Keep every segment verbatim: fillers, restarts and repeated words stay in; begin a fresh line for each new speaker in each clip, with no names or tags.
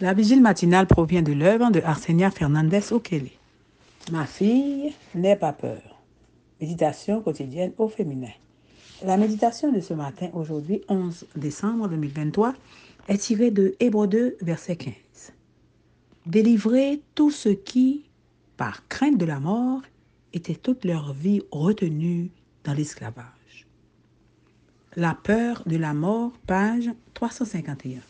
La vigile matinale provient de l'œuvre de Arsenia Fernandez Okele. Ma fille, n'aie pas peur. Méditation quotidienne au féminin. La méditation de ce matin, aujourd'hui, onze décembre deux mille vingt-trois, est tirée de Hébreux deux, verset quinze. Délivrez tous ceux qui, par crainte de la mort, étaient toute leur vie retenus dans l'esclavage. La peur de la mort, page trois cent cinquante et un.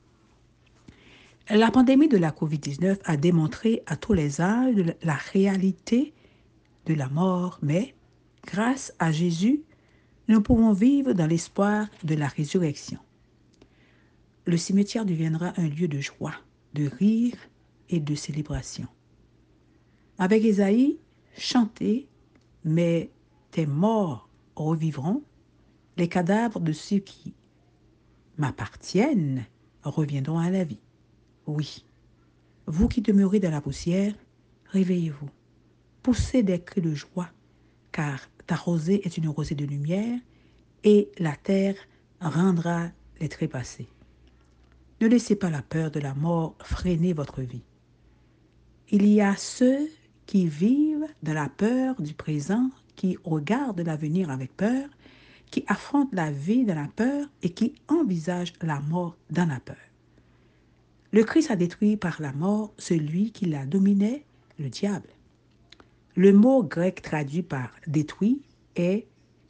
La pandémie de la covid dix-neuf a démontré à tous les âges la réalité de la mort, mais grâce à Jésus, nous pouvons vivre dans l'espoir de la résurrection. Le cimetière deviendra un lieu de joie, de rire et de célébration. Avec Ésaïe, chantez, mais tes morts revivront, les cadavres de ceux qui m'appartiennent reviendront à la vie. Oui, vous qui demeurez dans la poussière, réveillez-vous, poussez des cris de joie, car ta rosée est une rosée de lumière, et la terre rendra les trépassés. Ne laissez pas la peur de la mort freiner votre vie. Il y a ceux qui vivent dans la peur du présent, qui regardent l'avenir avec peur, qui affrontent la vie dans la peur et qui envisagent la mort dans la peur. Le Christ a détruit par la mort celui qui la dominait, le diable. Le mot grec traduit par détruit est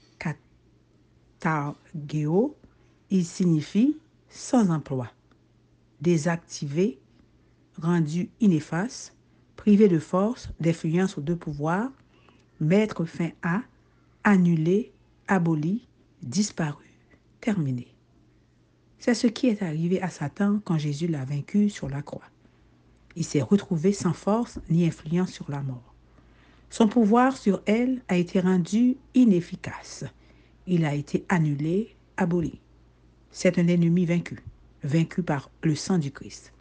katargeo. Il signifie sans emploi, désactivé, rendu inefface, privé de force, d'influence ou de pouvoir, mettre fin à, annulé, aboli, disparu, terminé. C'est ce qui est arrivé à Satan quand Jésus l'a vaincu sur la croix. Il s'est retrouvé sans force ni influence sur la mort. Son pouvoir sur elle a été rendu inefficace. Il a été annulé, aboli. C'est un ennemi vaincu, vaincu par le sang du Christ.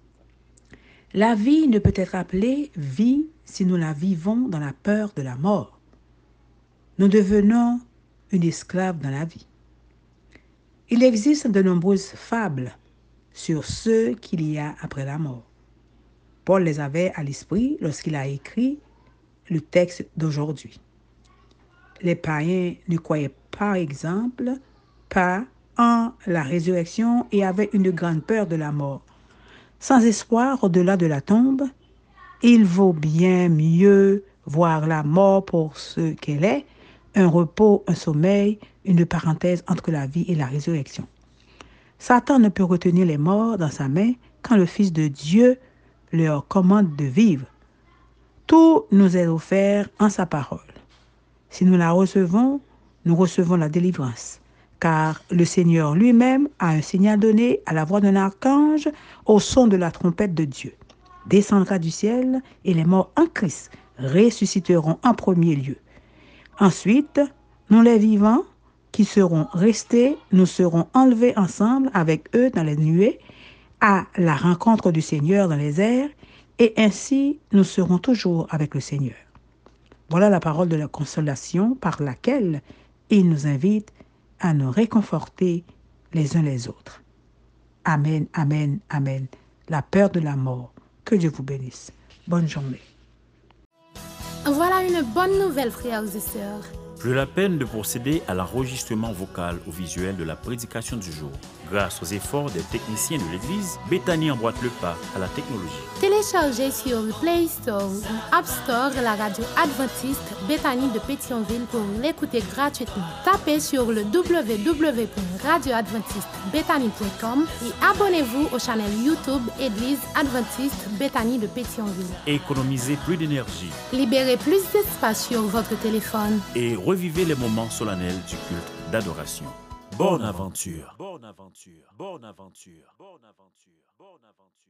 La vie ne peut être appelée vie si nous la vivons dans la peur de la mort. Nous devenons une esclave dans la vie. Il existe de nombreuses fables sur ce qu'il y a après la mort. Paul les avait à l'esprit lorsqu'il a écrit le texte d'aujourd'hui. Les païens ne croyaient par exemple pas en la résurrection et avaient une grande peur de la mort. Sans espoir au-delà de la tombe, il vaut bien mieux voir la mort pour ce qu'elle est, un repos, un sommeil, une parenthèse entre la vie et la résurrection. Satan ne peut retenir les morts dans sa main quand le Fils de Dieu leur commande de vivre. Tout nous est offert en sa parole. Si nous la recevons, nous recevons la délivrance, car le Seigneur lui-même a un signal donné à la voix d'un archange au son de la trompette de Dieu. Descendra du ciel et les morts en Christ ressusciteront en premier lieu. Ensuite, nous les vivants qui seront restés, nous serons enlevés ensemble avec eux dans les nuées à la rencontre du Seigneur dans les airs, et ainsi nous serons toujours avec le Seigneur. Voilà la parole de la consolation par laquelle il nous invite à nous réconforter les uns les autres. Amen, amen, amen. La peur de la mort. Que Dieu vous bénisse. Bonne journée.
Voilà une bonne nouvelle, frères et sœurs.
Plus la peine de procéder à l'enregistrement vocal ou visuel de la prédication du jour. Grâce aux efforts des techniciens de l'Église, Bethany emboîte le pas à la technologie.
Téléchargez sur Play Store ou App Store la radio adventiste Bethany de Pétionville pour l'écouter gratuitement. Tapez sur le w w w point radio adventiste bethany point com et abonnez-vous au channel YouTube Église adventiste Bethany de Pétionville.
Économisez plus d'énergie.
Libérez plus d'espace sur votre téléphone.
Et revivez les moments solennels du culte d'adoration. Bonne aventure. Bonne aventure. Bonne aventure. Bonne aventure. Bonne aventure.